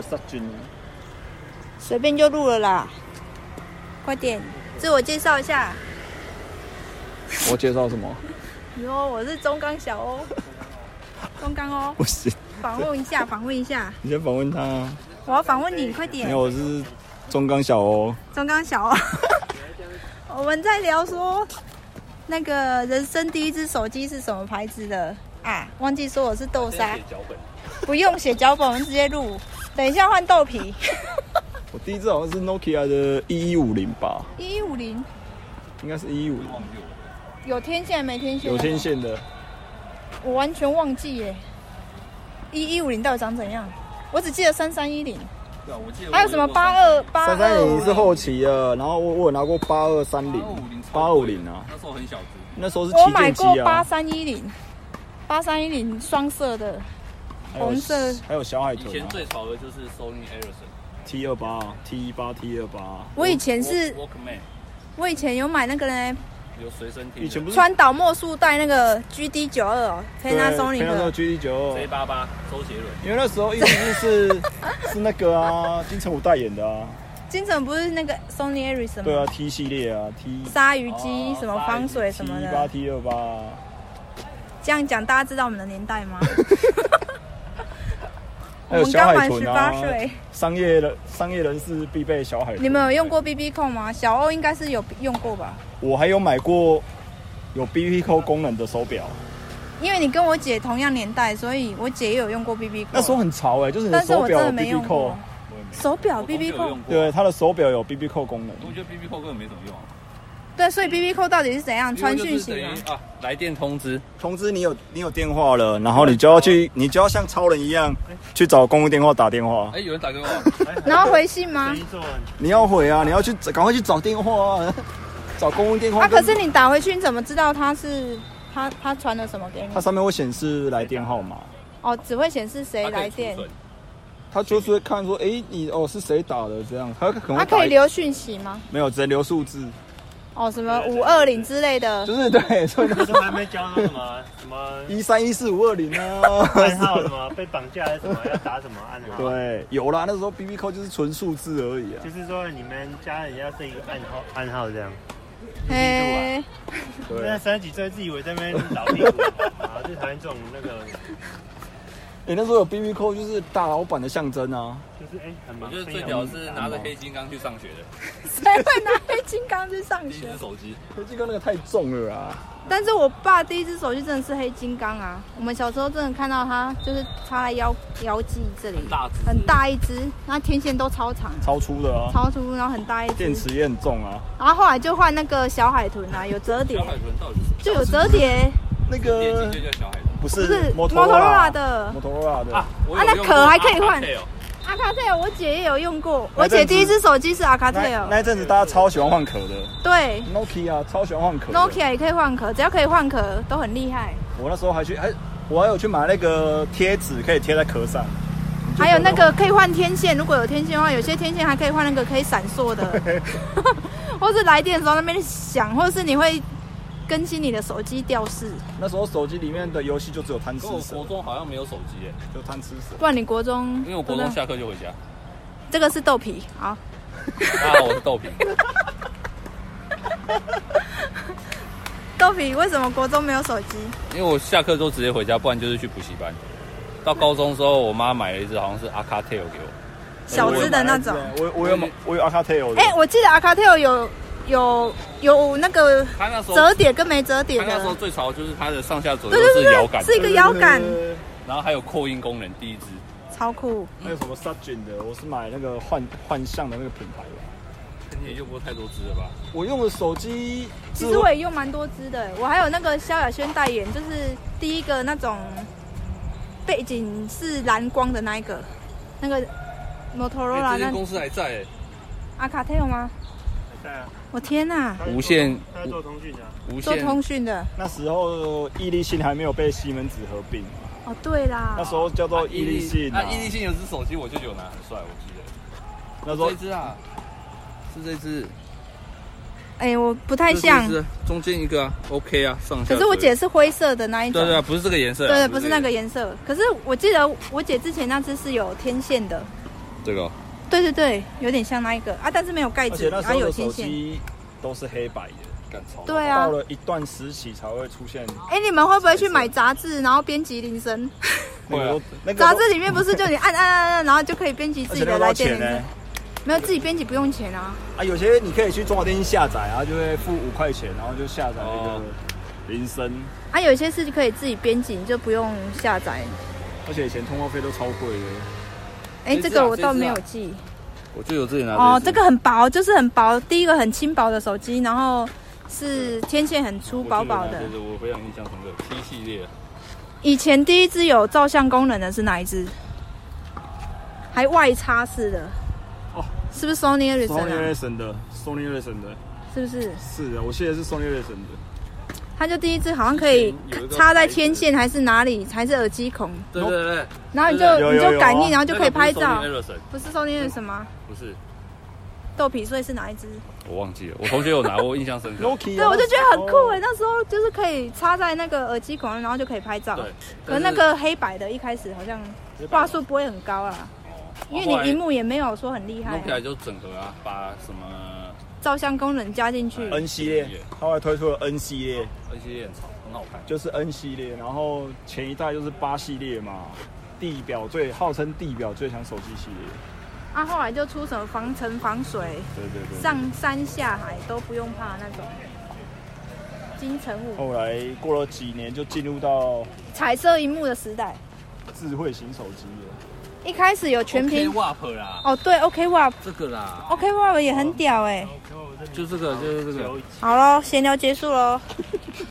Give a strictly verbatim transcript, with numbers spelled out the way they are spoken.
杀菌。 随便就录了啦，快点自我介绍一下。 我介绍什么？ 你说我是中钢小欧，中钢哦。 不行。 访问一下，访问一下。 你先访问他、啊。 我要访问你，快点。 没有，我是中钢小欧。 中钢小欧。我们在聊说，那个人生第一只手机是什么牌子的啊？忘记说我是豆沙。不用写脚本，我们直接录。等一下换豆皮。 我第一只好像是 Nokia 的一一五零吧。 一一五零。 应该是一一五零。 有天线没天线？ 有天线的。 我完全忘记耶。一一五零到底长怎样？我只记得三三一零。 对啊，我记得。 还有什么八二八二？ 三三零是后期的，然后我我有拿过八二三零、八二五零啊。 那时候很小只。 那时候是我买过啊。 八三一零，八三一零双色的，红色。 还有小海豚、啊。 以前最潮的就是 Sony Ericsson T 二八 T 一八 T 二八。 我以前是，我以前有买那个呢。 有随身听， 以前不是川岛茉树带那个 G D 九二哦 ，Panasonic 的 G D 九二 J 八八周杰伦， 因为那时候一直是是那个啊，金城武代言的啊。 金城不是那个 Sony Ericsson 吗？ 对啊 ，T 系列啊 ，T 鲨鱼机、哦、什么防水什么的 ，T 八 T 二八。 这样讲，大家知道我们的年代吗？ 还有小海豚啊， 我们刚满十八岁， 商业人商业人士必备小海豚。 你们有用过 B B 扣吗？小欧应该是有用过吧？ 我还有买过有 B B 扣功能的手表， 因为你跟我姐同样年代，所以我姐也有用过 B B 扣。 那时候很潮哎、欸，就是你的手表有 B B 扣， 手表 B B 扣， 对，它的手表有 B B 扣功能。 我觉得 B B 扣根本没什么用、啊。 对，所以 B B 扣到底是怎样传讯息啊？来电通知， 通知你有你有电话了，然后你就要去，你就要像超人一样去找公共电话打电话。 哎、欸，有人打给我， 然后回信吗？ 你要回啊，你要去赶快去找电话啊，找公共电话。 啊，可是你打回去，你怎么知道他是他他传了什么给你？ 它上面会显示来电号码。 哦，只会显示谁来电。 他就是会看说，哎、欸，你哦是谁打的这样，他可能他可以留讯息吗？ 没有，直接留数字。 哦，什么五二零之类的， 就是对，所以那时候还没教那什么什么一三一四五二零啊， 暗号什么被绑架还是什么要打什么暗号。 对，有啦，那时候 B B 扣就是纯数字而已啊。 就是说你们家人要设一个暗号，暗号这样。 哎， 现在三十几岁自以为在那边老屁股啊，最讨厌这种那个。 哎、欸，那时候有 B B 扣就是大老板的象征啊。 就是哎、欸，很我觉得最屌是拿着黑金刚去上学的。 谁会拿黑金刚去上学？ 第一只手机， 黑金刚那个太重了啊。 但是我爸第一只手机真的是黑金刚啊！我们小时候真的看到它，就是插在腰腰际这里， 很大只， 很大一只，那天线都超长， 超粗的啊， 超粗，然后很大一只， 电池也很重啊。 然后后来就换那个小海豚啊，有折叠， 小海豚到底是就有折叠， 那个电竞就叫小海豚， 不是， 不是摩托罗拉的， 摩托罗拉的啊， 啊，那壳还可以换。阿卡特尔，我姐也有用过。我姐第一只手机是阿卡特尔。 那一阵子大家超喜欢换壳的。 对 ，Nokia 超喜欢换壳。 Nokia 也可以换壳，只要可以换壳都很厉害。 我那时候还去，还我还有去买那个贴纸，可以贴在壳上。 还有那个可以换天线，如果有天线的话，有些天线还可以换那个可以闪烁的，或是来电的时候那边响，或是你会更新你的手机调式。 那时候手机里面的游戏就只有贪吃蛇。 我国中好像没有手机耶， 就贪吃蛇。 不然你国中？ 因为我国中下课就回家。 这个是豆皮，好。 大家好，我是豆皮。 豆皮为什么国中没有手机？ 因为我下课都直接回家，不然就是去补习班。到高中的时候，我妈买了一只好像是阿卡特尔给我， 小只的那种。 我我有买，我有阿卡特尔。 哎，我记得阿卡特尔有有有那个折叠跟没折叠的。 他那时候最潮就是它的上下左右是摇杆， 是一个摇杆， 然后还有扩音功能，第一只。 超酷。 还有什么杀菌的？我是买那个幻幻象的那个品牌的。 你也用过太多只了吧？ 我用的手机， 其实我也用蛮多只的。我还有那个萧亚轩代言，就是第一个那种背景是蓝光的那一个，那个 Motorola 那公司还在哎。 阿卡特尔吗？ 还在啊。 我天哪！ 无线， 他做通讯的。 无线做通讯的。 那时候易利信还没有被西门子合并。 哦，对啦。 那时候叫做易利信。 啊，易利信有只手机，我舅舅拿很帅，我记得。 那时候这只啊。是这只， 哎、欸，我不太像。 中间一个啊 ，OK 啊，上下。 可是我姐是灰色的那一种。 对对啊，不是这个颜色、啊。 对对，不是那个颜色。可是我记得我姐之前那只是有天线的。 这个、哦。 对对对，有点像那一个啊，但是没有盖子，然后有天线。 都是黑白的， 干超。 对啊。 到了一段时期才会出现。 哎，你们会不会去买杂志，然后编辑铃声？ 会啊。 杂志里面不是就你按按按按，然后就可以编辑自己的来电铃声？没有，自己编辑不用钱啊。 啊，有些你可以去中华电信下载，然后就会付五块钱，然后就下载那个铃声。 啊，有些是可以自己编辑，你就不用下载。 而且以前通话费都超贵的。 哎，这个我倒没有记。 我就有自己拿。 哦，这个很薄，就是很薄。第一个很轻薄的手机，然后是天线很粗，薄薄的。 我非常印象深刻 ，T 系列。 以前第一支有照相功能的是哪一支？还外插式的。哦，是不是 Sony Ericsson 啊 ？Sony Ericsson 的 ，Sony Ericsson 的， 是不是？ 是的，我记得是 Sony Ericsson 的。 它就第一支好像可以插在天线还是哪里，还是耳机孔？ 对对对。 然后你就你就感应，然后就可以拍照。 不是 Sony Ericsson 吗？ 不是。 豆皮，所以是哪一支？ 我忘记了，我同学有拿，我印象深刻。 对，我就觉得很酷哎，那时候就是可以插在那个耳机孔，然后就可以拍照。对。可那个黑白的，一开始好像画素不会很高啦。因为你荧幕也没有说很厉害、啊， 弄起来就整合啊，把什么照相功能加进去。 N 系列，后来推出了 N 系列 ，N 系列很潮，很好看。 就是 N 系列，然后前一代就是八系列嘛，地表最号称地表最强手机系列。 啊，后来就出什么防尘防水， 对对对， 上山下海都不用怕那种金城武。 后来过了几年，就进入到彩色荧幕的时代， 智慧型手机了。 一开始有全屏 ，OK W A P 啦。 哦，对 ，OK W A P 这个啦 ，OK W A P 也很屌哎、欸。 就这个，就是这个。 好咯，闲聊结束咯。